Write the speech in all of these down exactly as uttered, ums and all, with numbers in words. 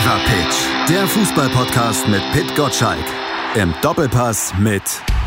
Fever Pitch, der Fußball-Podcast mit Pit Gottschalk. Im Doppelpass mit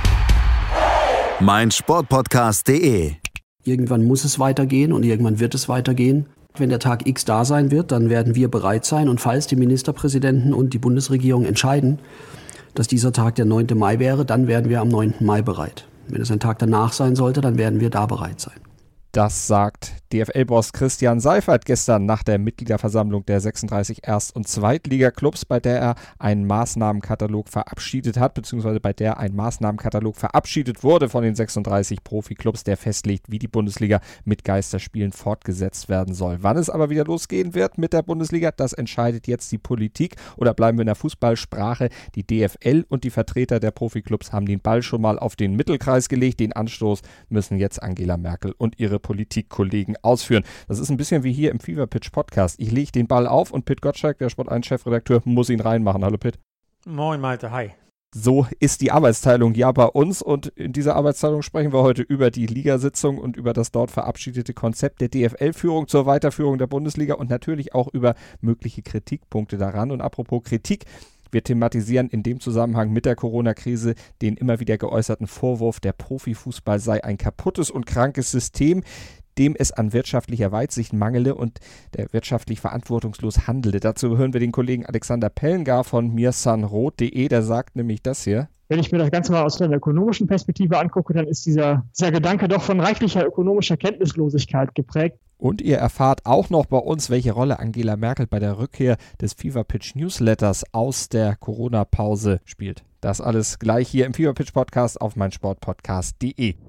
meinsportpodcast punkt de. Irgendwann muss es weitergehen und irgendwann wird es weitergehen. Wenn der Tag X da sein wird, dann werden wir bereit sein. Und falls die Ministerpräsidenten und die Bundesregierung entscheiden, dass dieser Tag der neunte Mai wäre, dann werden wir am neunten Mai bereit. Wenn es ein Tag danach sein sollte, dann werden wir da bereit sein. Das sagt D F L-Boss Christian Seifert gestern nach der Mitgliederversammlung der sechsunddreißig Erst- und Zweitliga-Clubs, bei der er einen Maßnahmenkatalog verabschiedet hat, beziehungsweise bei der ein Maßnahmenkatalog verabschiedet wurde von den sechsunddreißig Profi-Clubs, der festlegt, wie die Bundesliga mit Geisterspielen fortgesetzt werden soll. Wann es aber wieder losgehen wird mit der Bundesliga, das entscheidet jetzt die Politik. Oder bleiben wir in der Fußballsprache, die D F L und die Vertreter der Profi-Clubs haben den Ball schon mal auf den Mittelkreis gelegt. Den Anstoß müssen jetzt Angela Merkel und ihre Politikkollegen ausführen. Das ist ein bisschen wie hier im Fever Pitch Podcast. Ich lege den Ball auf und Pit Gottschalk, der Sport eins Chefredakteur, muss ihn reinmachen. Hallo Pit. Moin Malte, hi. So ist die Arbeitsteilung ja bei uns und in dieser Arbeitsteilung sprechen wir heute über die Ligasitzung und über das dort verabschiedete Konzept der D F L-Führung zur Weiterführung der Bundesliga und natürlich auch über mögliche Kritikpunkte daran. Und apropos Kritik, wir thematisieren in dem Zusammenhang mit der Corona-Krise den immer wieder geäußerten Vorwurf, der Profifußball sei ein kaputtes und krankes System, dem es an wirtschaftlicher Weitsicht mangele und der wirtschaftlich verantwortungslos handele. Dazu hören wir den Kollegen Alexander Pellengar von mirsanroth punkt de, der sagt nämlich das hier. Wenn ich mir das Ganze mal aus einer ökonomischen Perspektive angucke, dann ist dieser, dieser Gedanke doch von reichlicher ökonomischer Kenntnislosigkeit geprägt. Und ihr erfahrt auch noch bei uns, welche Rolle Angela Merkel bei der Rückkehr des Fever Pitch Newsletters aus der Corona-Pause spielt. Das alles gleich hier im Fever Pitch Podcast auf meinsportpodcast punkt de.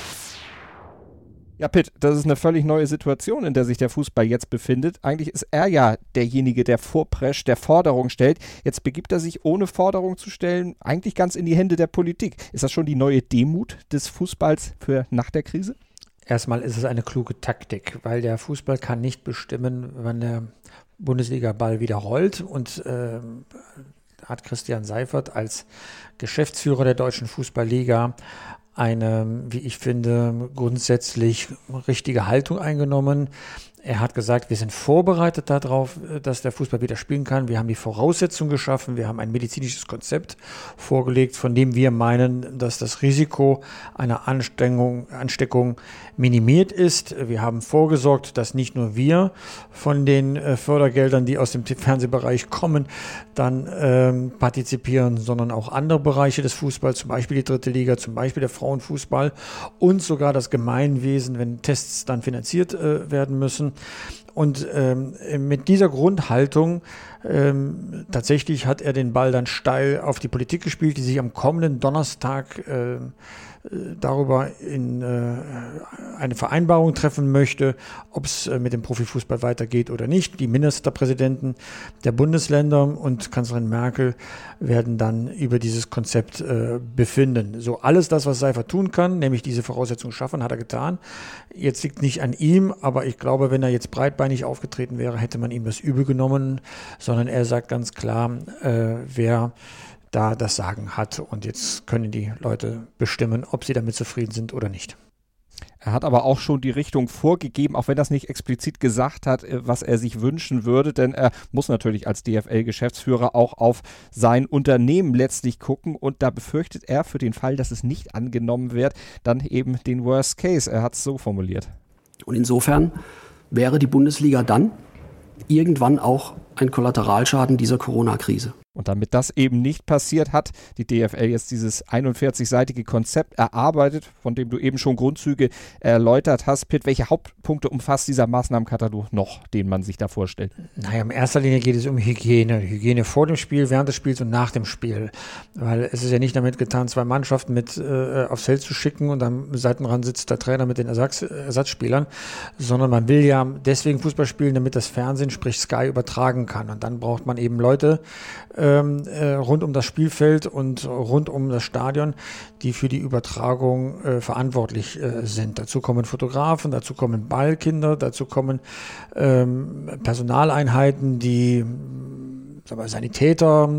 Ja, Pitt, das ist eine völlig neue Situation, in der sich der Fußball jetzt befindet. Eigentlich ist er ja derjenige, der vorprescht, der Forderung stellt. Jetzt begibt er sich, ohne Forderung zu stellen, eigentlich ganz in die Hände der Politik. Ist das schon die neue Demut des Fußballs für nach der Krise? Erstmal ist es eine kluge Taktik, weil der Fußball kann nicht bestimmen, wann der Bundesliga-Ball wieder rollt. Und äh, hat Christian Seifert als Geschäftsführer der Deutschen Fußballliga eine, wie ich finde, grundsätzlich richtige Haltung eingenommen. Er hat gesagt, wir sind vorbereitet darauf, dass der Fußball wieder spielen kann. Wir haben die Voraussetzungen geschaffen. Wir haben ein medizinisches Konzept vorgelegt, von dem wir meinen, dass das Risiko einer Ansteckung, Ansteckung minimiert ist. Wir haben vorgesorgt, dass nicht nur wir von den äh, Fördergeldern, die aus dem Fernsehbereich kommen, dann ähm, partizipieren, sondern auch andere Bereiche des Fußballs, zum Beispiel die dritte Liga, zum Beispiel der Frauenfußball und sogar das Gemeinwesen, wenn Tests dann finanziert äh, werden müssen. Und ähm, mit dieser Grundhaltung ähm, tatsächlich hat er den Ball dann steil auf die Politik gespielt, die sich am kommenden Donnerstag äh, darüber in äh, eine Vereinbarung treffen möchte, ob es äh, mit dem Profifußball weitergeht oder nicht. Die Ministerpräsidenten der Bundesländer und Kanzlerin Merkel werden dann über dieses Konzept äh, befinden. So alles das, was Seifert tun kann, nämlich diese Voraussetzungen schaffen, hat er getan. Jetzt liegt nicht an ihm, aber ich glaube, wenn er jetzt breitbeinig aufgetreten wäre, hätte man ihm das übel genommen, sondern er sagt ganz klar, äh, wer da das Sagen hat und jetzt können die Leute bestimmen, ob sie damit zufrieden sind oder nicht. Er hat aber auch schon die Richtung vorgegeben, auch wenn das nicht explizit gesagt hat, was er sich wünschen würde, denn er muss natürlich als D F L-Geschäftsführer auch auf sein Unternehmen letztlich gucken und da befürchtet er für den Fall, dass es nicht angenommen wird, dann eben den Worst Case. Er hat es so formuliert. Und insofern wäre die Bundesliga dann irgendwann auch ein Kollateralschaden dieser Corona-Krise. Und damit das eben nicht passiert, hat die D F L jetzt dieses einundvierzigseitige Konzept erarbeitet, von dem du eben schon Grundzüge erläutert hast. Pitt, welche Hauptpunkte umfasst dieser Maßnahmenkatalog noch, den man sich da vorstellt? Naja, in erster Linie geht es um Hygiene. Hygiene vor dem Spiel, während des Spiels und nach dem Spiel. Weil es ist ja nicht damit getan, zwei Mannschaften mit äh, aufs Feld zu schicken und am Seitenrand sitzt der Trainer mit den Ersatz, Ersatzspielern, sondern man will ja deswegen Fußball spielen, damit das Fernsehen, sprich Sky, übertragen kann. Und dann braucht man eben Leute, äh, rund um das Spielfeld und rund um das Stadion, die für die Übertragung äh, verantwortlich äh, sind. Dazu kommen Fotografen, dazu kommen Ballkinder, dazu kommen ähm, Personaleinheiten, die sagen wir, Sanitäter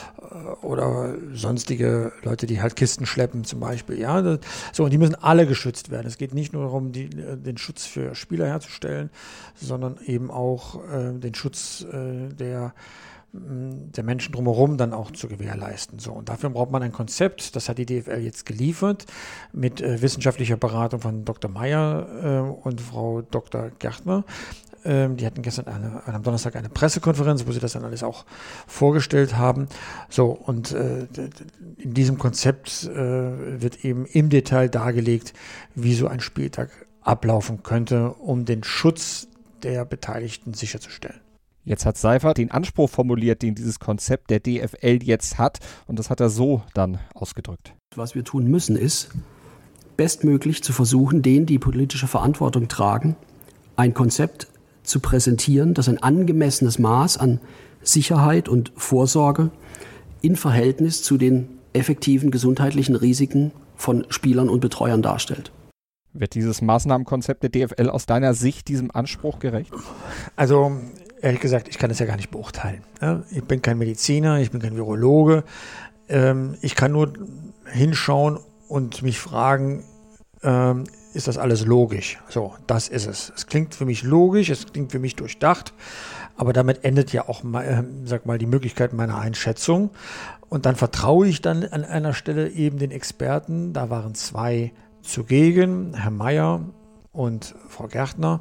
äh, oder sonstige Leute, die halt Kisten schleppen zum Beispiel. Ja, das, so, und die müssen alle geschützt werden. Es geht nicht nur darum, die, den Schutz für Spieler herzustellen, sondern eben auch äh, den Schutz äh, der der Menschen drumherum dann auch zu gewährleisten. So, und dafür braucht man ein Konzept, das hat die D F L jetzt geliefert, mit äh, wissenschaftlicher Beratung von Doktor Meyer äh, und Frau Doktor Gärtner. Ähm, die hatten gestern eine, am Donnerstag eine Pressekonferenz, wo sie das dann alles auch vorgestellt haben. So, und äh, in diesem Konzept äh, wird eben im Detail dargelegt, wie so ein Spieltag ablaufen könnte, um den Schutz der Beteiligten sicherzustellen. Jetzt hat Seifert den Anspruch formuliert, den dieses Konzept der D F L jetzt hat, und das hat er so dann ausgedrückt. Was wir tun müssen, ist, bestmöglich zu versuchen, denen, die politische Verantwortung tragen, ein Konzept zu präsentieren, das ein angemessenes Maß an Sicherheit und Vorsorge in Verhältnis zu den effektiven gesundheitlichen Risiken von Spielern und Betreuern darstellt. Wird dieses Maßnahmenkonzept der D F L aus deiner Sicht diesem Anspruch gerecht? Also ehrlich gesagt, ich kann das ja gar nicht beurteilen. Ich bin kein Mediziner, ich bin kein Virologe. Ich kann nur hinschauen und mich fragen, ist das alles logisch? So, das ist es. Es klingt für mich logisch, es klingt für mich durchdacht, aber damit endet ja auch mal, sag mal, die Möglichkeit meiner Einschätzung. Und dann vertraue ich dann an einer Stelle eben den Experten. Da waren zwei zugegen, Herr Meyer und Frau Gärtner,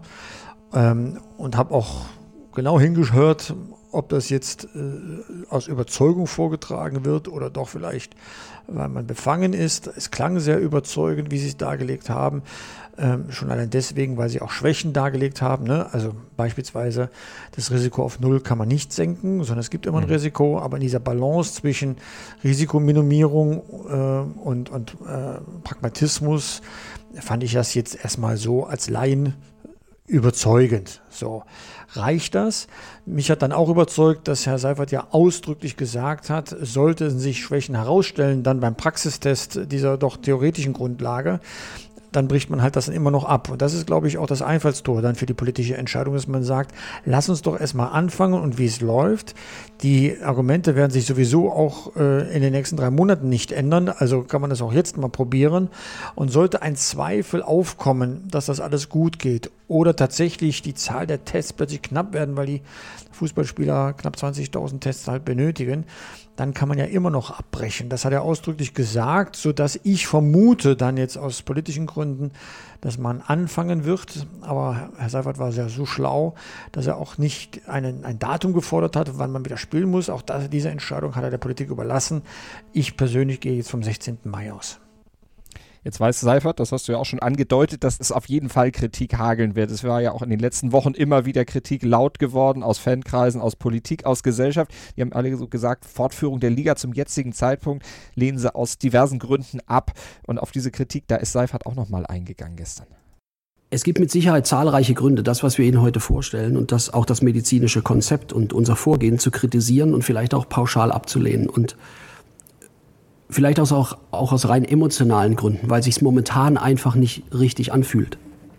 und habe auch genau hingehört, ob das jetzt äh, aus Überzeugung vorgetragen wird oder doch vielleicht, weil man befangen ist. Es klang sehr überzeugend, wie sie es dargelegt haben. Ähm, schon allein deswegen, weil sie auch Schwächen dargelegt haben. Ne? Also beispielsweise das Risiko auf Null kann man nicht senken, sondern es gibt immer ein Risiko. Aber in dieser Balance zwischen Risikominimierung äh, und, und äh, Pragmatismus fand ich das jetzt erstmal so als Laien überzeugend. So, reicht das? Mich hat dann auch überzeugt, dass Herr Seifert ja ausdrücklich gesagt hat, sollten sich Schwächen herausstellen, dann beim Praxistest dieser doch theoretischen Grundlage, dann bricht man halt das immer noch ab. Und das ist, glaube ich, auch das Einfallstor dann für die politische Entscheidung, dass man sagt, lass uns doch erstmal anfangen und wie es läuft. Die Argumente werden sich sowieso auch äh, in den nächsten drei Monaten nicht ändern, also kann man das auch jetzt mal probieren. Und sollte ein Zweifel aufkommen, dass das alles gut geht oder tatsächlich die Zahl der Tests plötzlich knapp werden, weil die Fußballspieler knapp zwanzigtausend Tests halt benötigen, dann kann man ja immer noch abbrechen. Das hat er ausdrücklich gesagt, sodass ich vermute dann jetzt aus politischen Gründen, dass man anfangen wird. Aber Herr Seifert war sehr so schlau, dass er auch nicht einen, ein Datum gefordert hat, wann man wieder spielen muss. Auch das, diese Entscheidung hat er der Politik überlassen. Ich persönlich gehe jetzt vom sechzehnten Mai aus. Jetzt weiß Seifert, das hast du ja auch schon angedeutet, dass es auf jeden Fall Kritik hageln wird. Es war ja auch in den letzten Wochen immer wieder Kritik laut geworden, aus Fankreisen, aus Politik, aus Gesellschaft. Die haben alle so gesagt, Fortführung der Liga zum jetzigen Zeitpunkt lehnen sie aus diversen Gründen ab. Und auf diese Kritik, da ist Seifert auch nochmal eingegangen gestern. Es gibt mit Sicherheit zahlreiche Gründe, das, was wir Ihnen heute vorstellen und das auch das medizinische Konzept und unser Vorgehen zu kritisieren und vielleicht auch pauschal abzulehnen. Und vielleicht auch, auch aus rein emotionalen Gründen, weil es sich momentan einfach nicht richtig anfühlt.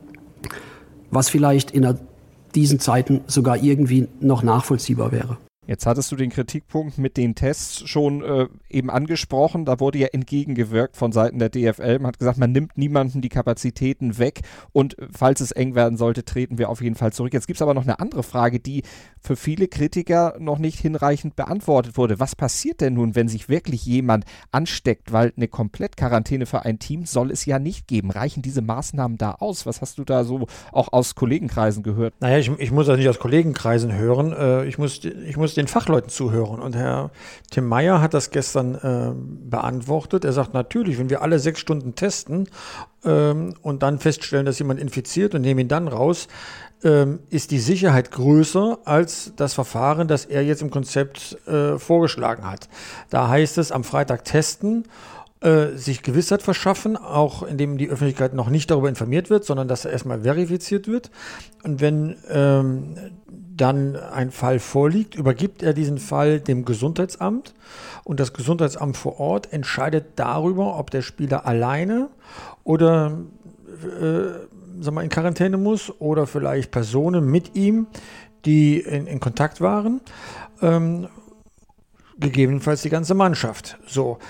Was vielleicht in diesen Zeiten sogar irgendwie noch nachvollziehbar wäre. Jetzt hattest du den Kritikpunkt mit den Tests schon äh, eben angesprochen. Da wurde ja entgegengewirkt von Seiten der D F L. Man hat gesagt, man nimmt niemanden die Kapazitäten weg und falls es eng werden sollte, treten wir auf jeden Fall zurück. Jetzt gibt es aber noch eine andere Frage, die für viele Kritiker noch nicht hinreichend beantwortet wurde. Was passiert denn nun, wenn sich wirklich jemand ansteckt? Weil eine Komplettquarantäne für ein Team soll es ja nicht geben. Reichen diese Maßnahmen da aus? Was hast du da so auch aus Kollegenkreisen gehört? Naja, ich, ich muss das nicht aus Kollegenkreisen hören. Äh, ich muss, ich muss den Fachleuten zuhören. Und Herr Tim Meyer hat das gestern äh, beantwortet. Er sagt, natürlich, wenn wir alle sechs Stunden testen ähm, und dann feststellen, dass jemand infiziert und nehmen ihn dann raus, ähm, ist die Sicherheit größer als das Verfahren, das er jetzt im Konzept äh, vorgeschlagen hat. Da heißt es, am Freitag testen, äh, sich Gewissheit verschaffen, auch indem die Öffentlichkeit noch nicht darüber informiert wird, sondern dass erstmal verifiziert wird. Und wenn ähm, dann ein Fall vorliegt, übergibt er diesen Fall dem Gesundheitsamt und das Gesundheitsamt vor Ort entscheidet darüber, ob der Spieler alleine oder äh, sag mal, in Quarantäne muss oder vielleicht Personen mit ihm, die in, in Kontakt waren, ähm, gegebenenfalls die ganze Mannschaft. So.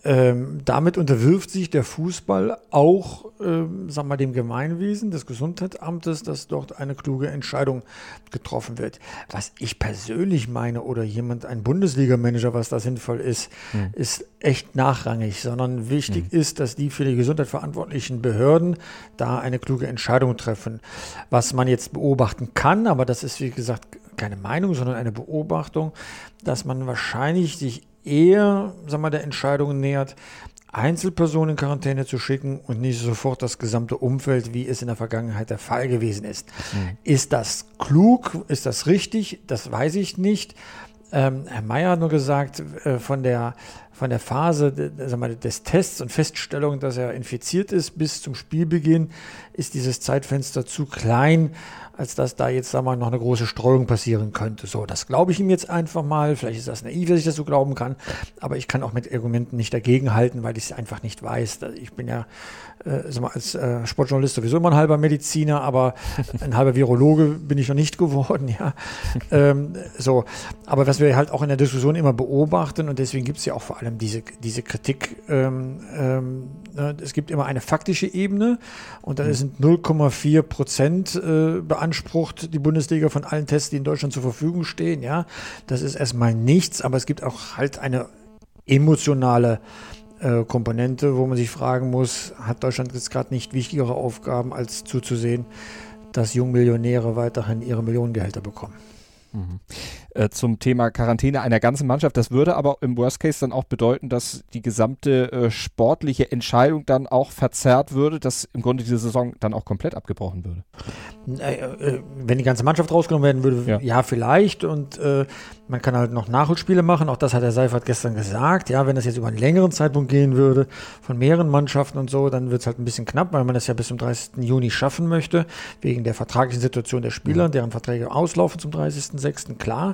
Ähm, damit unterwirft sich der Fußball auch, ähm, sagen wir mal, dem Gemeinwesen des Gesundheitsamtes, dass dort eine kluge Entscheidung getroffen wird. Was ich persönlich meine oder jemand, ein Bundesliga-Manager, was da sinnvoll ist, hm. ist echt nachrangig, sondern wichtig hm. ist, dass die für die Gesundheit verantwortlichen Behörden da eine kluge Entscheidung treffen. Was man jetzt beobachten kann, aber das ist, wie gesagt, keine Meinung, sondern eine Beobachtung, dass man wahrscheinlich sich eher, sagen wir mal, der Entscheidung nähert, Einzelpersonen in Quarantäne zu schicken und nicht sofort das gesamte Umfeld, wie es in der Vergangenheit der Fall gewesen ist. Mhm. Ist das klug? Ist das richtig? Das weiß ich nicht. Ähm, Herr Mayer hat nur gesagt, äh, von der von der Phase de, de, sagen wir, des Tests und Feststellung, dass er infiziert ist, bis zum Spielbeginn, ist dieses Zeitfenster zu klein, als dass da jetzt, sagen wir mal, noch eine große Streuung passieren könnte. So, das glaube ich ihm jetzt einfach mal. Vielleicht ist das naiv, dass ich das so glauben kann, aber ich kann auch mit Argumenten nicht dagegenhalten, weil ich es einfach nicht weiß. Ich bin ja äh, sag mal, als äh, Sportjournalist sowieso immer ein halber Mediziner, aber ein halber Virologe bin ich noch nicht geworden. Ja. ähm, so, aber was wir halt auch in der Diskussion immer beobachten, und deswegen gibt es ja auch vor allem diese, diese Kritik, ähm, ähm, ne, es gibt immer eine faktische Ebene und da sind null Komma vier Prozent äh, beansprucht die Bundesliga von allen Tests, die in Deutschland zur Verfügung stehen. Ja, das ist erstmal nichts, aber es gibt auch halt eine emotionale äh, Komponente, wo man sich fragen muss, hat Deutschland jetzt gerade nicht wichtigere Aufgaben, als zuzusehen, dass Jungmillionäre weiterhin ihre Millionengehälter bekommen. Mhm. Äh, zum Thema Quarantäne einer ganzen Mannschaft. Das würde aber im Worst Case dann auch bedeuten, dass die gesamte äh, sportliche Entscheidung dann auch verzerrt würde, dass im Grunde diese Saison dann auch komplett abgebrochen würde. Äh, äh, wenn die ganze Mannschaft rausgenommen werden würde, ja, ja vielleicht. Und äh, man kann halt noch Nachholspiele machen. Auch das hat der Seifert gestern gesagt. Ja, wenn das jetzt über einen längeren Zeitpunkt gehen würde, von mehreren Mannschaften und so, dann wird es halt ein bisschen knapp, weil man das ja bis zum dreißigsten Juni schaffen möchte, wegen der vertraglichen Situation der Spieler, mhm. deren Verträge auslaufen zum dreißigsten sechsten klar.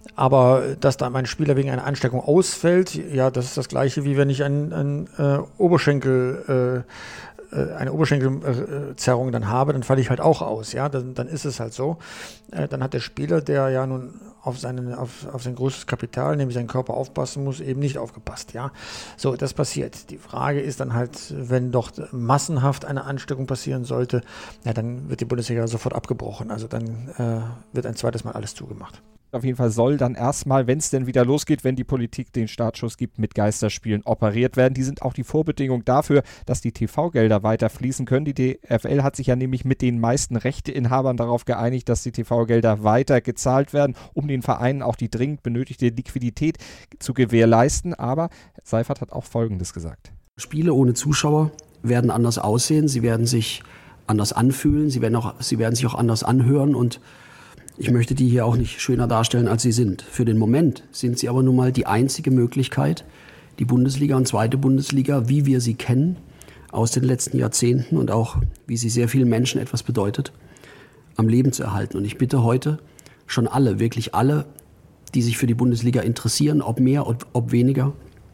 Aber dass da mein Spieler wegen einer Ansteckung ausfällt, ja, das ist das Gleiche, wie wenn ich einen, einen äh, Oberschenkel, äh, eine Oberschenkelzerrung dann habe, dann falle ich halt auch aus. Ja, dann, dann ist es halt so. Äh, dann hat der Spieler, der ja nun auf, seinen, auf, auf sein größtes Kapital, nämlich seinen Körper aufpassen muss, eben nicht aufgepasst. Ja, so, das passiert. Die Frage ist dann halt, wenn doch massenhaft eine Ansteckung passieren sollte, ja, dann wird die Bundesliga sofort abgebrochen. Also dann äh, wird ein zweites Mal alles zugemacht. Auf jeden Fall soll dann erstmal, wenn es denn wieder losgeht, wenn die Politik den Startschuss gibt, mit Geisterspielen operiert werden. Die sind auch die Vorbedingung dafür, dass die T V-Gelder weiter fließen können. Die D F L hat sich ja nämlich mit den meisten Rechteinhabern darauf geeinigt, dass die T V-Gelder weiter gezahlt werden, um den Vereinen auch die dringend benötigte Liquidität zu gewährleisten. Aber Seifert hat auch Folgendes gesagt. Spiele ohne Zuschauer werden anders aussehen, sie werden sich anders anfühlen, sie werden, auch, sie werden sich auch anders anhören und ich möchte die hier auch nicht schöner darstellen, als sie sind. Für den Moment sind sie aber nun mal die einzige Möglichkeit, die Bundesliga und zweite Bundesliga, wie wir sie kennen, aus den letzten Jahrzehnten und auch, wie sie sehr vielen Menschen etwas bedeutet, am Leben zu erhalten. Und ich bitte heute schon alle, wirklich alle, die sich für die Bundesliga interessieren, ob mehr, ob, ob weniger,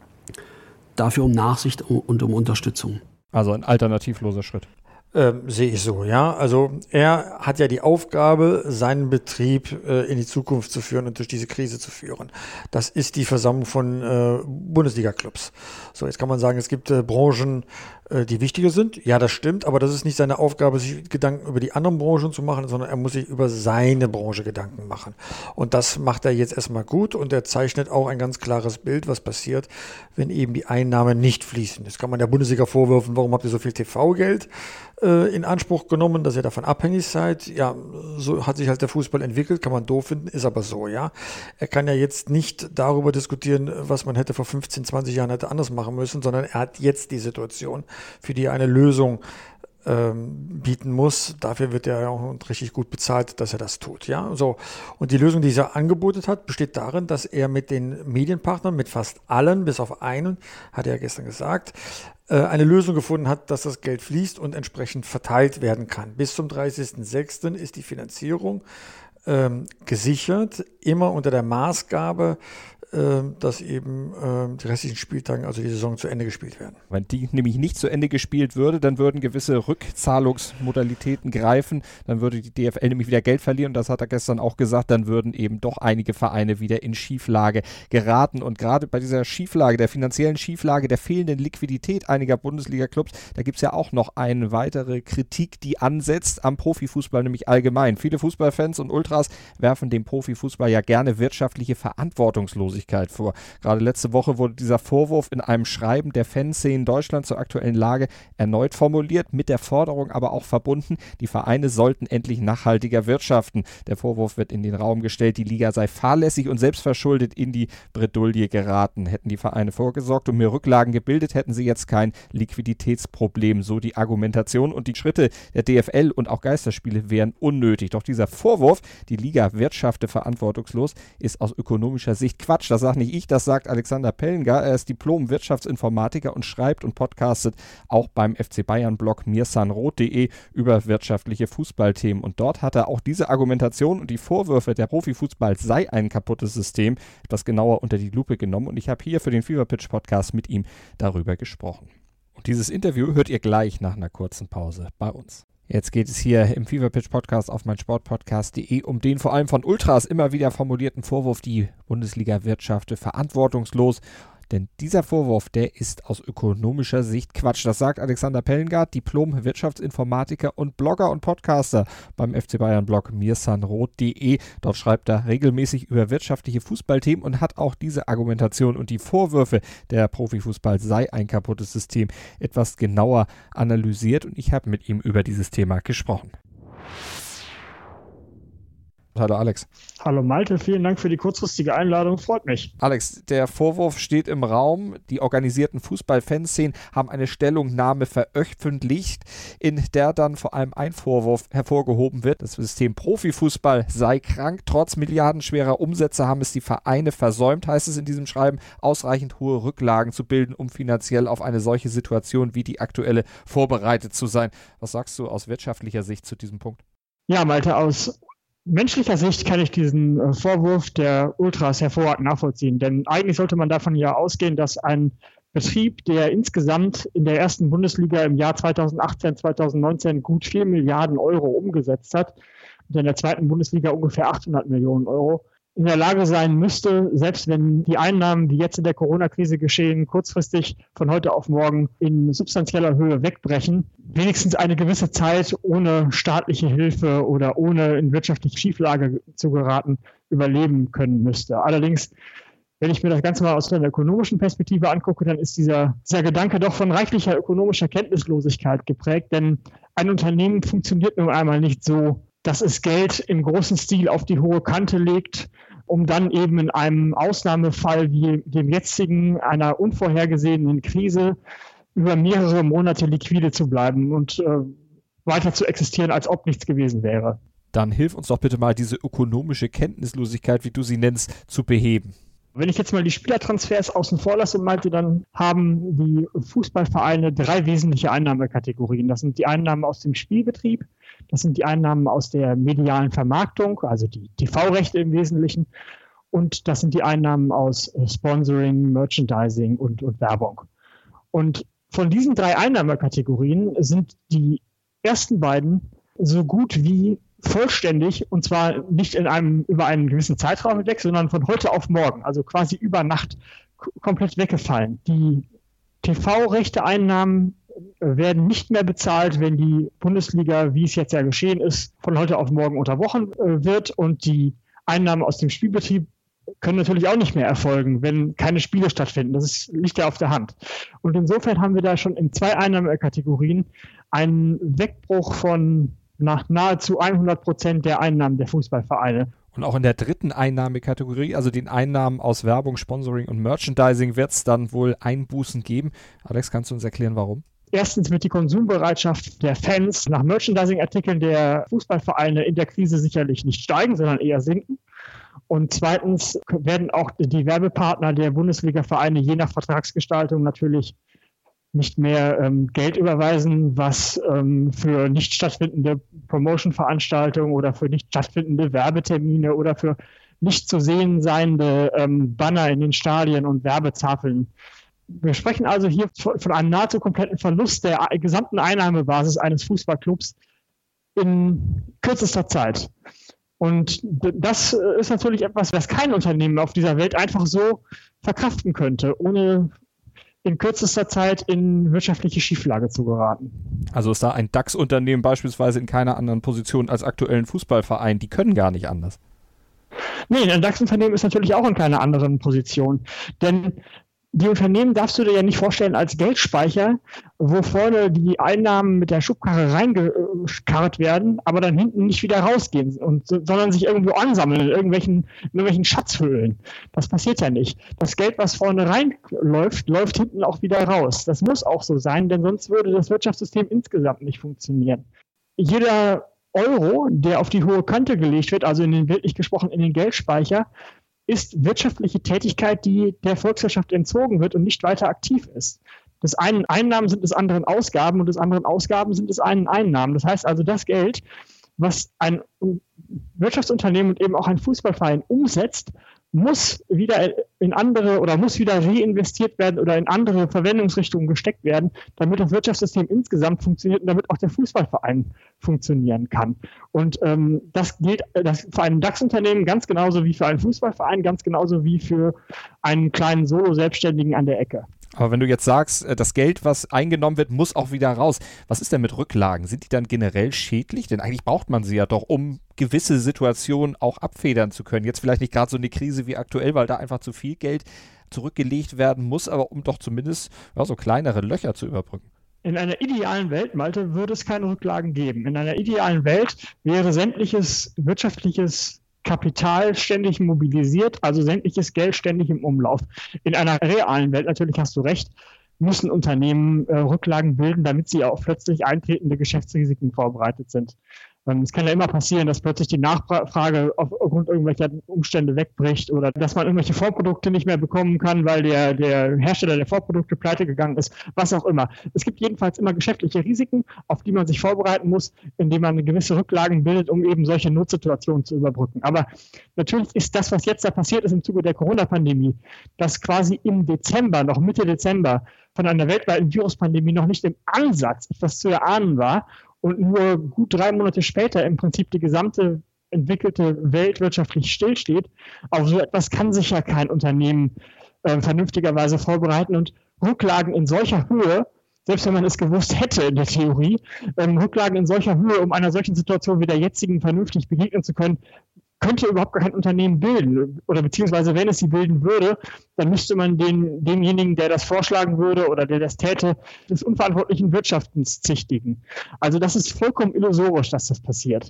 dafür um Nachsicht und um Unterstützung. Also ein alternativloser Schritt. Ähm, sehe ich so, ja. Also er hat ja die Aufgabe, seinen Betrieb äh, in die Zukunft zu führen und durch diese Krise zu führen. Das ist die Versammlung von äh, Bundesliga-Clubs. So, jetzt kann man sagen, es gibt äh, Branchen, äh, die wichtiger sind. Ja, das stimmt, aber das ist nicht seine Aufgabe, sich Gedanken über die anderen Branchen zu machen, sondern er muss sich über seine Branche Gedanken machen. Und das macht er jetzt erstmal gut und er zeichnet auch ein ganz klares Bild, was passiert, wenn eben die Einnahmen nicht fließen. Jetzt kann man der Bundesliga vorwerfen, warum habt ihr so viel T V-Geld in Anspruch genommen, dass ihr davon abhängig seid. Ja, so hat sich halt der Fußball entwickelt, kann man doof finden, ist aber so, ja. Er kann ja jetzt nicht darüber diskutieren, was man hätte vor fünfzehn, zwanzig Jahren hätte anders machen müssen, sondern er hat jetzt die Situation, für die er eine Lösung ähm, bieten muss. Dafür wird er auch richtig gut bezahlt, dass er das tut, ja. So. Und die Lösung, die er angeboten hat, besteht darin, dass er mit den Medienpartnern, mit fast allen, bis auf einen, hat er ja gestern gesagt, eine Lösung gefunden hat, dass das Geld fließt und entsprechend verteilt werden kann. Bis zum dreißigsten sechsten ist die Finanzierung ähm, gesichert, immer unter der Maßgabe, dass eben die restlichen Spieltage, also die Saison, zu Ende gespielt werden. Wenn die nämlich nicht zu Ende gespielt würde, dann würden gewisse Rückzahlungsmodalitäten greifen, dann würde die D F L nämlich wieder Geld verlieren und das hat er gestern auch gesagt, dann würden eben doch einige Vereine wieder in Schieflage geraten und gerade bei dieser Schieflage, der finanziellen Schieflage, der fehlenden Liquidität einiger Bundesliga-Clubs, da gibt es ja auch noch eine weitere Kritik, die ansetzt am Profifußball, nämlich allgemein. Viele Fußballfans und Ultras werfen dem Profifußball ja gerne wirtschaftliche Verantwortungslosigkeit vor. Gerade letzte Woche wurde dieser Vorwurf in einem Schreiben der Fanszenen Deutschland zur aktuellen Lage erneut formuliert, mit der Forderung aber auch verbunden, die Vereine sollten endlich nachhaltiger wirtschaften. Der Vorwurf wird in den Raum gestellt, die Liga sei fahrlässig und selbstverschuldet in die Bredouille geraten. Hätten die Vereine vorgesorgt und mehr Rücklagen gebildet, hätten sie jetzt kein Liquiditätsproblem, so die Argumentation. Und die Schritte der D F L und auch Geisterspiele wären unnötig. Doch dieser Vorwurf, die Liga wirtschafte verantwortungslos, ist aus ökonomischer Sicht Quatsch. Das sagt nicht ich, das sagt Alexander Pellengar. Er ist Diplom-Wirtschaftsinformatiker und schreibt und podcastet auch beim F C Bayern-Blog mirsanroth punkt de über wirtschaftliche Fußballthemen. Und dort hat er auch diese Argumentation und die Vorwürfe, der Profifußball sei ein kaputtes System, etwas genauer unter die Lupe genommen. Und ich habe hier für den Fever Pitch Podcast mit ihm darüber gesprochen. Und dieses Interview hört ihr gleich nach einer kurzen Pause bei uns. Jetzt geht es hier im Fever Pitch Podcast auf meinsportpodcast punkt de um den vor allem von Ultras immer wieder formulierten Vorwurf, die Bundesliga wirtschafte verantwortungslos. Denn dieser Vorwurf, der ist aus ökonomischer Sicht Quatsch. Das sagt Alexander Pellengar, Diplom-Wirtschaftsinformatiker und Blogger und Podcaster beim F C Bayern-Blog mirsanroth punkt de. Dort schreibt er regelmäßig über wirtschaftliche Fußballthemen und hat auch diese Argumentation und die Vorwürfe, der Profifußball sei ein kaputtes System, etwas genauer analysiert. Und ich habe mit ihm über dieses Thema gesprochen. Hallo Alex. Hallo Malte, vielen Dank für die kurzfristige Einladung, freut mich. Alex, der Vorwurf steht im Raum, die organisierten Fußball-Fanszenen haben eine Stellungnahme veröffentlicht, in der dann vor allem ein Vorwurf hervorgehoben wird, das System Profifußball sei krank, trotz milliardenschwerer Umsätze haben es die Vereine versäumt, heißt es in diesem Schreiben, ausreichend hohe Rücklagen zu bilden, um finanziell auf eine solche Situation wie die aktuelle vorbereitet zu sein. Was sagst du aus wirtschaftlicher Sicht zu diesem Punkt? Ja, Malte, aus menschlicher Sicht kann ich diesen äh, Vorwurf der Ultras hervorragend nachvollziehen, denn eigentlich sollte man davon ja ausgehen, dass ein Betrieb, der insgesamt in der ersten Bundesliga im Jahr zweitausendachtzehn, zweitausendneunzehn gut vier Milliarden Euro umgesetzt hat und in der zweiten Bundesliga ungefähr achthundert Millionen Euro, in der Lage sein müsste, selbst wenn die Einnahmen, die jetzt in der Corona-Krise geschehen, kurzfristig von heute auf morgen in substanzieller Höhe wegbrechen, wenigstens eine gewisse Zeit ohne staatliche Hilfe oder ohne in wirtschaftliche Schieflage zu geraten, überleben können müsste. Allerdings, wenn ich mir das Ganze mal aus einer ökonomischen Perspektive angucke, dann ist dieser, dieser Gedanke doch von reichlicher ökonomischer Kenntnislosigkeit geprägt, denn ein Unternehmen funktioniert nun einmal nicht so, dass es Geld im großen Stil auf die hohe Kante legt, um dann eben in einem Ausnahmefall wie dem jetzigen, einer unvorhergesehenen Krise, über mehrere Monate liquide zu bleiben und äh, weiter zu existieren, als ob nichts gewesen wäre. Dann hilf uns doch bitte mal, diese ökonomische Kenntnislosigkeit, wie du sie nennst, zu beheben. Wenn ich jetzt mal die Spielertransfers außen vor lasse, meinte, dann haben die Fußballvereine drei wesentliche Einnahmekategorien. Das sind die Einnahmen aus dem Spielbetrieb, das sind die Einnahmen aus der medialen Vermarktung, also die T V-Rechte im Wesentlichen, und das sind die Einnahmen aus Sponsoring, Merchandising und, und Werbung. Und von diesen drei Einnahmekategorien sind die ersten beiden so gut wie vollständig, und zwar nicht in einem über einen gewissen Zeitraum hinweg, sondern von heute auf morgen, also quasi über Nacht k- komplett weggefallen. Die T V-Rechte-Einnahmen werden nicht mehr bezahlt, wenn die Bundesliga, wie es jetzt ja geschehen ist, von heute auf morgen unterbrochen äh, wird, und die Einnahmen aus dem Spielbetrieb können natürlich auch nicht mehr erfolgen, wenn keine Spiele stattfinden. Das ist, liegt ja auf der Hand. Und insofern haben wir da schon in zwei Einnahmekategorien einen Wegbruch von nach nahezu hundert Prozent der Einnahmen der Fußballvereine. Und auch in der dritten Einnahmekategorie, also den Einnahmen aus Werbung, Sponsoring und Merchandising, wird es dann wohl Einbußen geben. Alex, kannst du uns erklären, warum? Erstens wird die Konsumbereitschaft der Fans nach Merchandising-Artikeln der Fußballvereine in der Krise sicherlich nicht steigen, sondern eher sinken. Und zweitens werden auch die Werbepartner der Bundesliga-Vereine je nach Vertragsgestaltung natürlich nicht mehr ähm, Geld überweisen, was ähm, für nicht stattfindende Promotion-Veranstaltungen oder für nicht stattfindende Werbetermine oder für nicht zu sehen seiende ähm, Banner in den Stadien und Werbetafeln. Wir sprechen also hier von einem nahezu kompletten Verlust der gesamten Einnahmebasis eines Fußballclubs in kürzester Zeit. Und das ist natürlich etwas, was kein Unternehmen auf dieser Welt einfach so verkraften könnte, ohne in kürzester Zeit in wirtschaftliche Schieflage zu geraten. Also ist da ein DAX-Unternehmen beispielsweise in keiner anderen Position als aktuell ein Fußballverein, die können gar nicht anders. Nee, ein DAX-Unternehmen ist natürlich auch in keiner anderen Position, denn die Unternehmen darfst du dir ja nicht vorstellen als Geldspeicher, wo vorne die Einnahmen mit der Schubkarre reingekarrt werden, aber dann hinten nicht wieder rausgehen, und, sondern sich irgendwo ansammeln in irgendwelchen, in irgendwelchen Schatzhöhlen. Das passiert ja nicht. Das Geld, was vorne reinläuft, läuft hinten auch wieder raus. Das muss auch so sein, denn sonst würde das Wirtschaftssystem insgesamt nicht funktionieren. Jeder Euro, der auf die hohe Kante gelegt wird, also in den, bildlich gesprochen in den Geldspeicher, ist wirtschaftliche Tätigkeit, die der Volkswirtschaft entzogen wird und nicht weiter aktiv ist. Des einen Einnahmen sind des anderen Ausgaben und des anderen Ausgaben sind des einen Einnahmen. Das heißt also, das Geld, was ein Wirtschaftsunternehmen und eben auch ein Fußballverein umsetzt, muss wieder in andere oder muss wieder reinvestiert werden oder in andere Verwendungsrichtungen gesteckt werden, damit das Wirtschaftssystem insgesamt funktioniert und damit auch der Fußballverein funktionieren kann. Und ähm, das gilt das für ein DAX-Unternehmen ganz genauso wie für einen Fußballverein, ganz genauso wie für einen kleinen Solo-Selbstständigen an der Ecke. Aber wenn du jetzt sagst, das Geld, was eingenommen wird, muss auch wieder raus. Was ist denn mit Rücklagen? Sind die dann generell schädlich? Denn eigentlich braucht man sie ja doch, um gewisse Situationen auch abfedern zu können. Jetzt vielleicht nicht gerade so eine Krise wie aktuell, weil da einfach zu viel Geld zurückgelegt werden muss, aber um doch zumindest ja, so kleinere Löcher zu überbrücken. In einer idealen Welt, Malte, würde es keine Rücklagen geben. In einer idealen Welt wäre sämtliches wirtschaftliches Kapital ständig mobilisiert, also sämtliches Geld ständig im Umlauf. In einer realen Welt, natürlich hast du recht, müssen Unternehmen äh, Rücklagen bilden, damit sie auf plötzlich eintretende Geschäftsrisiken vorbereitet sind. Ähm, es kann ja immer passieren, dass plötzlich die Nachfrage aufgrund irgendwelcher Umstände wegbricht oder dass man irgendwelche Vorprodukte nicht mehr bekommen kann, weil der, der Hersteller der Vorprodukte pleite gegangen ist, was auch immer. Es gibt jedenfalls immer geschäftliche Risiken, auf die man sich vorbereiten muss, indem man gewisse Rücklagen bildet, um eben solche Notsituationen zu überbrücken. Aber natürlich ist das, was jetzt da passiert ist im Zuge der Corona-Pandemie, dass quasi im Dezember, noch Mitte Dezember, von einer weltweiten Viruspandemie noch nicht im Ansatz etwas zu erahnen war und nur gut drei Monate später im Prinzip die gesamte entwickelte Welt wirtschaftlich stillsteht. Auf so etwas kann sich ja kein Unternehmen äh, vernünftigerweise vorbereiten, und Rücklagen in solcher Höhe, selbst wenn man es gewusst hätte in der Theorie, ähm, Rücklagen in solcher Höhe, um einer solchen Situation wie der jetzigen vernünftig begegnen zu können, könnte überhaupt gar kein Unternehmen bilden. Oder beziehungsweise, wenn es sie bilden würde, dann müsste man den, demjenigen, der das vorschlagen würde oder der das täte, des unverantwortlichen Wirtschaftens züchtigen. Also das ist vollkommen illusorisch, dass das passiert.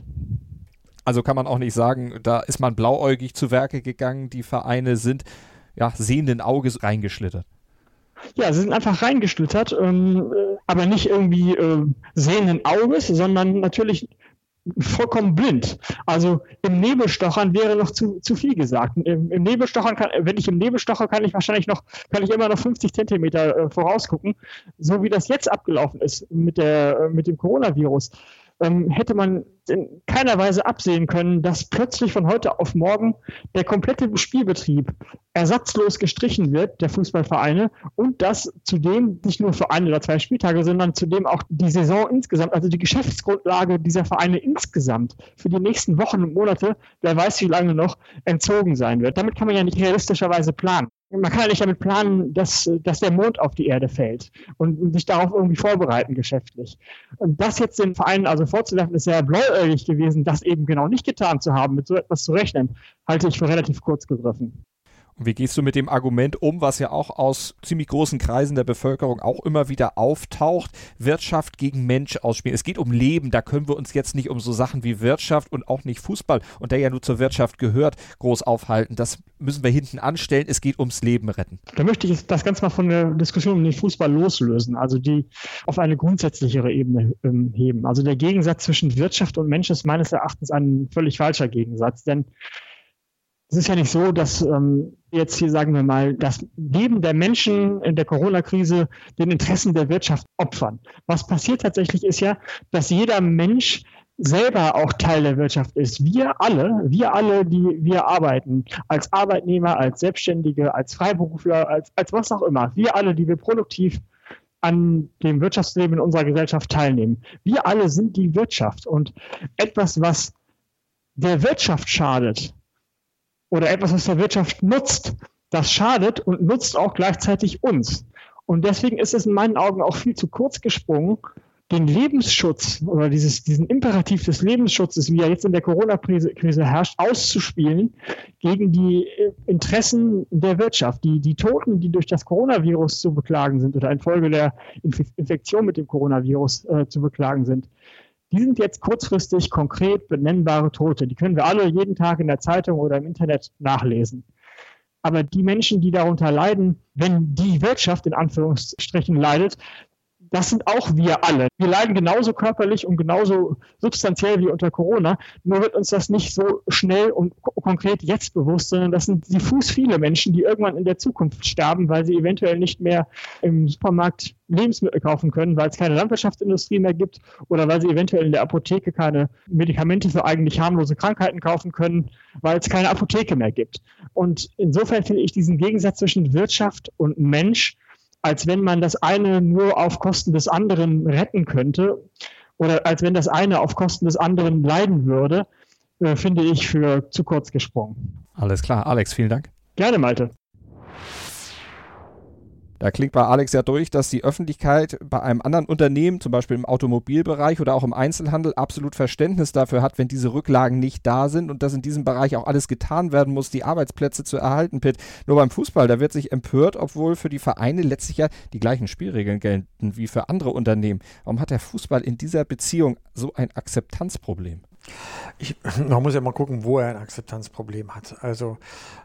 Also kann man auch nicht sagen, da ist man blauäugig zu Werke gegangen, die Vereine sind ja sehenden Auges reingeschlittert. Ja, sie sind einfach reingeschlittert, ähm, aber nicht irgendwie äh, sehenden Auges, sondern natürlich vollkommen blind. Also im Nebelstochern wäre noch zu, zu viel gesagt. Im, im Nebelstochern kann, wenn ich im Nebel stoche, kann ich wahrscheinlich noch, kann ich immer noch fünfzig Zentimeter äh, vorausgucken. So wie das jetzt abgelaufen ist mit der, äh, mit dem Coronavirus, ähm, hätte man in keiner Weise absehen können, dass plötzlich von heute auf morgen der komplette Spielbetrieb ersatzlos gestrichen wird, der Fußballvereine, und dass zudem nicht nur für ein oder zwei Spieltage, sondern zudem auch die Saison insgesamt, also die Geschäftsgrundlage dieser Vereine insgesamt für die nächsten Wochen und Monate, wer weiß wie lange noch, entzogen sein wird. Damit kann man ja nicht realistischerweise planen. Man kann ja nicht damit planen, dass, dass der Mond auf die Erde fällt und sich darauf irgendwie vorbereiten geschäftlich. Und das jetzt den Vereinen also vorzuwerfen, ist ja blauäugig gewesen, das eben genau nicht getan zu haben, mit so etwas zu rechnen, halte ich für relativ kurz gegriffen. Und wie gehst du mit dem Argument um, was ja auch aus ziemlich großen Kreisen der Bevölkerung auch immer wieder auftaucht, Wirtschaft gegen Mensch ausspielen? Es geht um Leben, da können wir uns jetzt nicht um so Sachen wie Wirtschaft und auch nicht Fußball, und der ja nur zur Wirtschaft gehört, groß aufhalten. Das müssen wir hinten anstellen, es geht ums Leben retten. Da möchte ich das Ganze mal von der Diskussion um den Fußball loslösen, also die auf eine grundsätzlichere Ebene ähm, heben. Also der Gegensatz zwischen Wirtschaft und Mensch ist meines Erachtens ein völlig falscher Gegensatz, denn es ist ja nicht so, dass ähm, jetzt hier, sagen wir mal, das Leben der Menschen in der Corona-Krise den Interessen der Wirtschaft opfern. Was passiert tatsächlich ist ja, dass jeder Mensch selber auch Teil der Wirtschaft ist. Wir alle, wir alle, die wir arbeiten, als Arbeitnehmer, als Selbstständige, als Freiberufler, als, als was auch immer, wir alle, die wir produktiv an dem Wirtschaftsleben in unserer Gesellschaft teilnehmen. Wir alle sind die Wirtschaft und etwas, was der Wirtschaft schadet oder etwas, was der Wirtschaft nutzt, das schadet und nutzt auch gleichzeitig uns. Und deswegen ist es in meinen Augen auch viel zu kurz gesprungen, den Lebensschutz oder dieses, diesen Imperativ des Lebensschutzes, wie er jetzt in der Corona-Krise herrscht, auszuspielen gegen die Interessen der Wirtschaft. Die, die Toten, die durch das Coronavirus zu beklagen sind oder infolge der Infektion mit dem Coronavirus äh, zu beklagen sind, die sind jetzt kurzfristig konkret benennbare Tote. Die können wir alle jeden Tag in der Zeitung oder im Internet nachlesen. Aber die Menschen, die darunter leiden, wenn die Wirtschaft in Anführungsstrichen leidet, das sind auch wir alle. Wir leiden genauso körperlich und genauso substanziell wie unter Corona. Nur wird uns das nicht so schnell und konkret jetzt bewusst, sondern das sind diffus viele Menschen, die irgendwann in der Zukunft sterben, weil sie eventuell nicht mehr im Supermarkt Lebensmittel kaufen können, weil es keine Landwirtschaftsindustrie mehr gibt oder weil sie eventuell in der Apotheke keine Medikamente für eigentlich harmlose Krankheiten kaufen können, weil es keine Apotheke mehr gibt. Und insofern finde ich diesen Gegensatz zwischen Wirtschaft und Mensch, als wenn man das eine nur auf Kosten des anderen retten könnte oder als wenn das eine auf Kosten des anderen leiden würde, äh, finde ich für zu kurz gesprungen. Alles klar. Alex, vielen Dank. Gerne, Malte. Da klingt bei Alex ja durch, dass die Öffentlichkeit bei einem anderen Unternehmen, zum Beispiel im Automobilbereich oder auch im Einzelhandel, absolut Verständnis dafür hat, wenn diese Rücklagen nicht da sind und dass in diesem Bereich auch alles getan werden muss, die Arbeitsplätze zu erhalten, Pitt. Nur beim Fußball, da wird sich empört, obwohl für die Vereine letztlich ja die gleichen Spielregeln gelten wie für andere Unternehmen. Warum hat der Fußball in dieser Beziehung so ein Akzeptanzproblem? Ich, man muss ja mal gucken, wo er ein Akzeptanzproblem hat. Also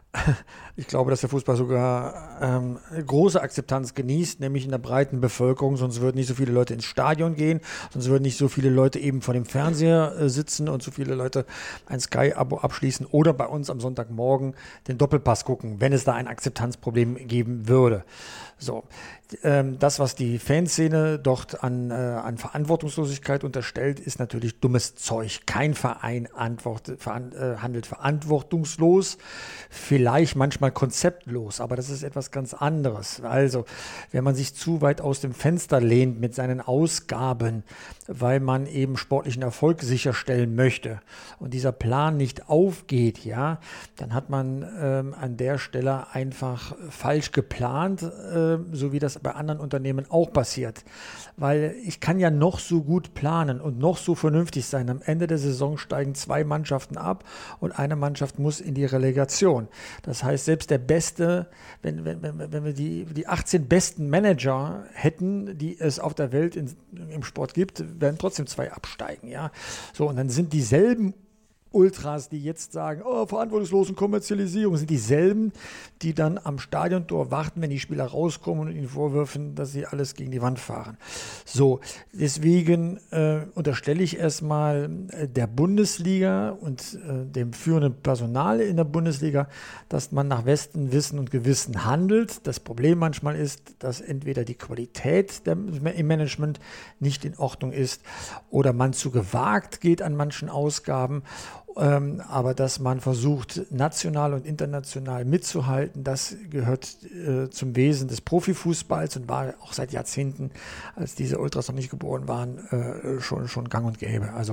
ich glaube, dass der Fußball sogar ähm, große Akzeptanz genießt, nämlich in der breiten Bevölkerung, sonst würden nicht so viele Leute ins Stadion gehen, sonst würden nicht so viele Leute eben vor dem Fernseher äh, sitzen und so viele Leute ein Sky-Abo abschließen oder bei uns am Sonntagmorgen den Doppelpass gucken, wenn es da ein Akzeptanzproblem geben würde. So, ähm, das, was die Fanszene dort an, äh, an Verantwortungslosigkeit unterstellt, ist natürlich dummes Zeug. Kein Verein antwort, veran, äh, handelt verantwortungslos, vielleicht manchmal konzeptlos, aber das ist etwas ganz anderes. Also, wenn man sich zu weit aus dem Fenster lehnt mit seinen Ausgaben, weil man eben sportlichen Erfolg sicherstellen möchte und dieser Plan nicht aufgeht, ja, dann hat man ähm, an der Stelle einfach falsch geplant, äh, so wie das bei anderen Unternehmen auch passiert. Weil ich kann ja noch so gut planen und noch so vernünftig sein. Am Ende der Saison steigen zwei Mannschaften ab und eine Mannschaft muss in die Relegation. Das heißt, selbst der beste, wenn, wenn, wenn, wenn wir die, die achtzehn besten Manager hätten, die es auf der Welt in, im Sport gibt, werden trotzdem zwei absteigen. Ja? So, und dann sind dieselben Ultras, die jetzt sagen, oh, verantwortungslosen Kommerzialisierung, sind dieselben, die dann am Stadiontor warten, wenn die Spieler rauskommen und ihnen vorwürfen, dass sie alles gegen die Wand fahren. So, deswegen äh, unterstelle ich erstmal äh, der Bundesliga und äh, dem führenden Personal in der Bundesliga, dass man nach bestem Wissen und Gewissen handelt. Das Problem manchmal ist, dass entweder die Qualität der, im Management nicht in Ordnung ist oder man zu gewagt geht an manchen Ausgaben. Ähm, aber dass man versucht, national und international mitzuhalten, das gehört äh, zum Wesen des Profifußballs und war auch seit Jahrzehnten, als diese Ultras noch nicht geboren waren, äh, schon, schon gang und gäbe. Also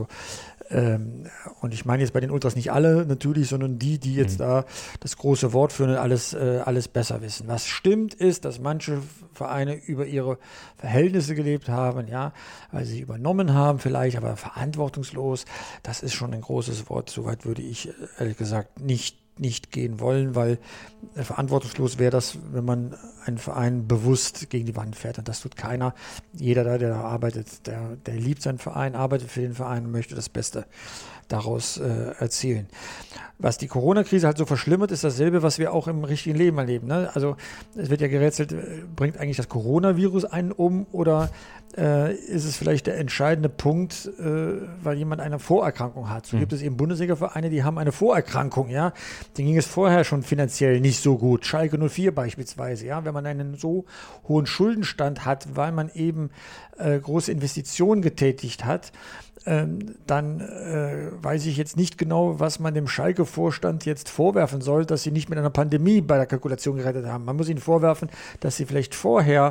ähm, und ich meine jetzt bei den Ultras nicht alle natürlich, sondern die, die jetzt mhm. da das große Wort führen und alles, äh, alles besser wissen. Was stimmt ist, dass manche Vereine über ihre Verhältnisse gelebt haben, ja, weil sie übernommen haben vielleicht, aber verantwortungslos, das ist schon ein großes Wort. Soweit würde ich ehrlich gesagt nicht, nicht gehen wollen, weil äh, verantwortungslos wäre das, wenn man einen Verein bewusst gegen die Wand fährt. Und das tut keiner. Jeder da, der da arbeitet, der, der liebt seinen Verein, arbeitet für den Verein und möchte das Beste daraus äh, erzielen. Was die Corona-Krise halt so verschlimmert, ist dasselbe, was wir auch im richtigen Leben erleben. Ne? Also es wird ja gerätselt, bringt eigentlich das Coronavirus einen um oder äh, ist es vielleicht der entscheidende Punkt, äh, weil jemand eine Vorerkrankung hat. So mhm. gibt es eben Bundesliga-Vereine, die haben eine Vorerkrankung. Ja, denen ging es vorher schon finanziell nicht so gut. Schalke null vier beispielsweise. Ja, wenn man einen so hohen Schuldenstand hat, weil man eben äh, große Investitionen getätigt hat, dann äh, weiß ich jetzt nicht genau, was man dem Schalke-Vorstand jetzt vorwerfen soll, dass sie nicht mit einer Pandemie bei der Kalkulation gerettet haben. Man muss ihnen vorwerfen, dass sie vielleicht vorher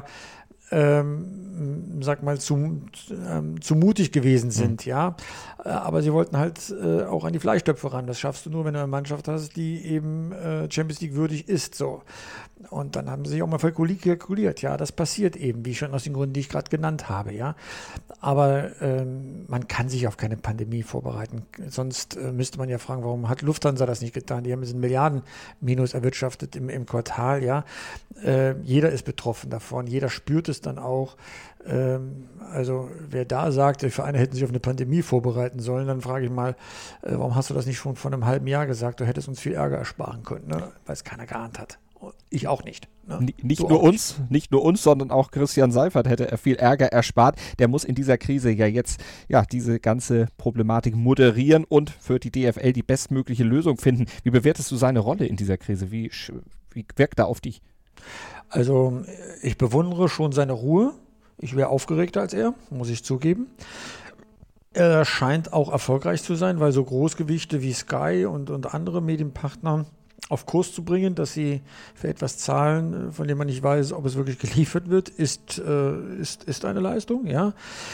ähm, sag mal, zu, ähm, zu mutig gewesen sind, mhm. ja. Aber sie wollten halt äh, auch an die Fleischtöpfe ran. Das schaffst du nur, wenn du eine Mannschaft hast, die eben äh, Champions League würdig ist, so. Und dann haben sie sich auch mal kalkuliert, ja, das passiert eben, wie schon aus den Gründen, die ich gerade genannt habe, ja. Aber ähm, man kann sich auf keine Pandemie vorbereiten. Sonst äh, müsste man ja fragen, warum hat Lufthansa das nicht getan? Die haben jetzt einen Milliarden-Minus erwirtschaftet im, im Quartal, ja. Äh, jeder ist betroffen davon, jeder spürt es dann auch. Ähm, also wer da sagt, die Vereine hätten sich auf eine Pandemie vorbereiten sollen, dann frage ich mal, äh, warum hast du das nicht schon vor einem halben Jahr gesagt? Du hättest uns viel Ärger ersparen können, ne? Weil es keiner geahnt hat. Ich auch nicht. Ne? Nicht, nicht nur uns, nicht. nicht nur uns, sondern auch Christian Seifert hätte er viel Ärger erspart. Der muss in dieser Krise ja jetzt ja diese ganze Problematik moderieren und für die D F L die bestmögliche Lösung finden. Wie bewertest du seine Rolle in dieser Krise? Wie, wie wirkt er auf dich? Also ich bewundere schon seine Ruhe. Ich wäre aufgeregter als er, muss ich zugeben. Er scheint auch erfolgreich zu sein, weil so Großgewichte wie Sky und, und andere Medienpartner auf Kurs zu bringen, dass sie für etwas zahlen, von dem man nicht weiß, ob es wirklich geliefert wird, ist, äh, ist, ist eine Leistung. Ja.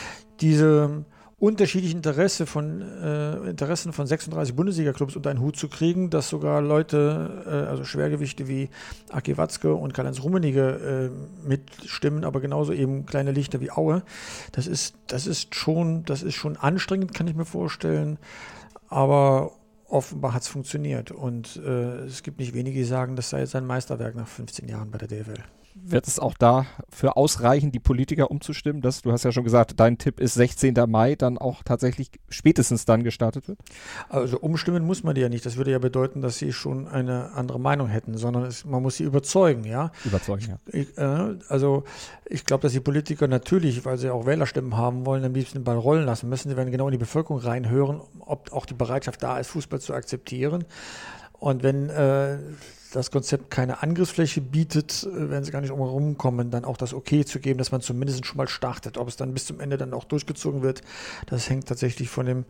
Diese unterschiedlichen Interesse von, äh, Interessen von sechsunddreißig Bundesliga-Clubs unter einen Hut zu kriegen, dass sogar Leute, äh, also Schwergewichte wie Aki Watzke und Karl-Heinz Rummenigge äh, mitstimmen, aber genauso eben kleine Lichter wie Aue, das ist, das ist schon, das ist schon anstrengend, kann ich mir vorstellen, aber offenbar hat es funktioniert und äh, es gibt nicht wenige, die sagen, das sei jetzt ein Meisterwerk nach fünfzehn Jahren bei der D F L. Wird es auch dafür ausreichen, die Politiker umzustimmen, dass, du hast ja schon gesagt, dein Tipp ist sechzehnten Mai, dann auch tatsächlich spätestens dann gestartet wird? Also umstimmen muss man die ja nicht. Das würde ja bedeuten, dass sie schon eine andere Meinung hätten, sondern es, man muss sie überzeugen, ja. Überzeugen, ja. Ich, äh, also ich glaube, dass die Politiker natürlich, weil sie auch Wählerstimmen haben wollen, am liebsten den Ball rollen lassen müssen. Sie werden genau in die Bevölkerung reinhören, ob auch die Bereitschaft da ist, Fußball zu akzeptieren. Und wenn äh, das Konzept keine Angriffsfläche bietet, werden sie gar nicht umherum kommen, dann auch das Okay zu geben, dass man zumindest schon mal startet. Ob es dann bis zum Ende dann auch durchgezogen wird, das hängt tatsächlich von dem,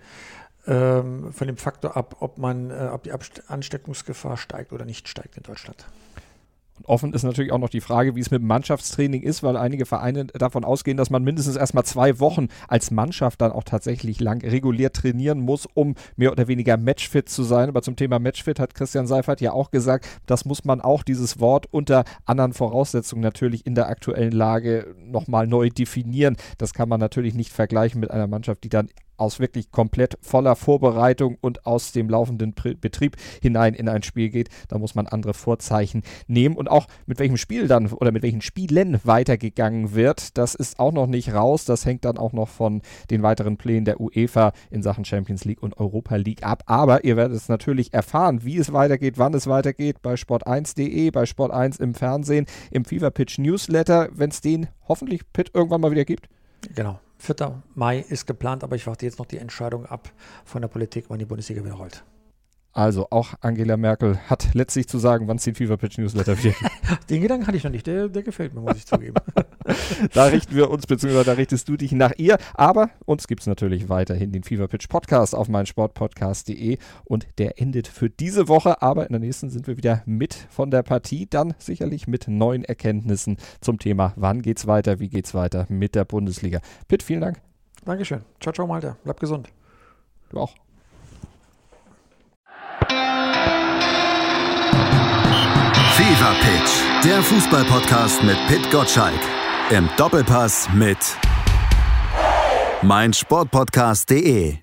ähm, von dem Faktor ab, ob man, äh, ob die Ansteckungsgefahr steigt oder nicht steigt in Deutschland. Und offen ist natürlich auch noch die Frage, wie es mit dem Mannschaftstraining ist, weil einige Vereine davon ausgehen, dass man mindestens erstmal zwei Wochen als Mannschaft dann auch tatsächlich lang regulär trainieren muss, um mehr oder weniger matchfit zu sein. Aber zum Thema matchfit hat Christian Seifert ja auch gesagt, das muss man auch, dieses Wort, unter anderen Voraussetzungen natürlich in der aktuellen Lage nochmal neu definieren. Das kann man natürlich nicht vergleichen mit einer Mannschaft, die dann aus wirklich komplett voller Vorbereitung und aus dem laufenden Pr- Betrieb hinein in ein Spiel geht. Da muss man andere Vorzeichen nehmen und auch mit welchem Spiel dann oder mit welchen Spielen weitergegangen wird, das ist auch noch nicht raus. Das hängt dann auch noch von den weiteren Plänen der UEFA in Sachen Champions League und Europa League ab. Aber ihr werdet es natürlich erfahren, wie es weitergeht, wann es weitergeht, bei sport eins punkt de, bei Sport eins im Fernsehen, im Fever Pitch Newsletter, wenn es den hoffentlich, Pitt, irgendwann mal wieder gibt. Genau. vierten Mai ist geplant, aber ich warte jetzt noch die Entscheidung ab von der Politik, wann die Bundesliga wieder rollt. Also auch Angela Merkel hat letztlich zu sagen, wann es den Fever Pitch Newsletter wird. Den Gedanken hatte ich noch nicht, der, der gefällt mir, muss ich zugeben. Da richten wir uns, beziehungsweise da richtest du dich nach ihr. Aber uns gibt es natürlich weiterhin den Fever Pitch Podcast auf meinsportpodcast punkt de und der endet für diese Woche. Aber in der nächsten sind wir wieder mit von der Partie, dann sicherlich mit neuen Erkenntnissen zum Thema, wann geht's weiter, wie geht's weiter mit der Bundesliga. Pitt, vielen Dank. Dankeschön. Ciao, ciao, Malte. Bleib gesund. Du auch. Fever Pitch, der Fußball-Podcast mit Pitt Gottschalk. Im Doppelpass mit meinsportpodcast punkt de.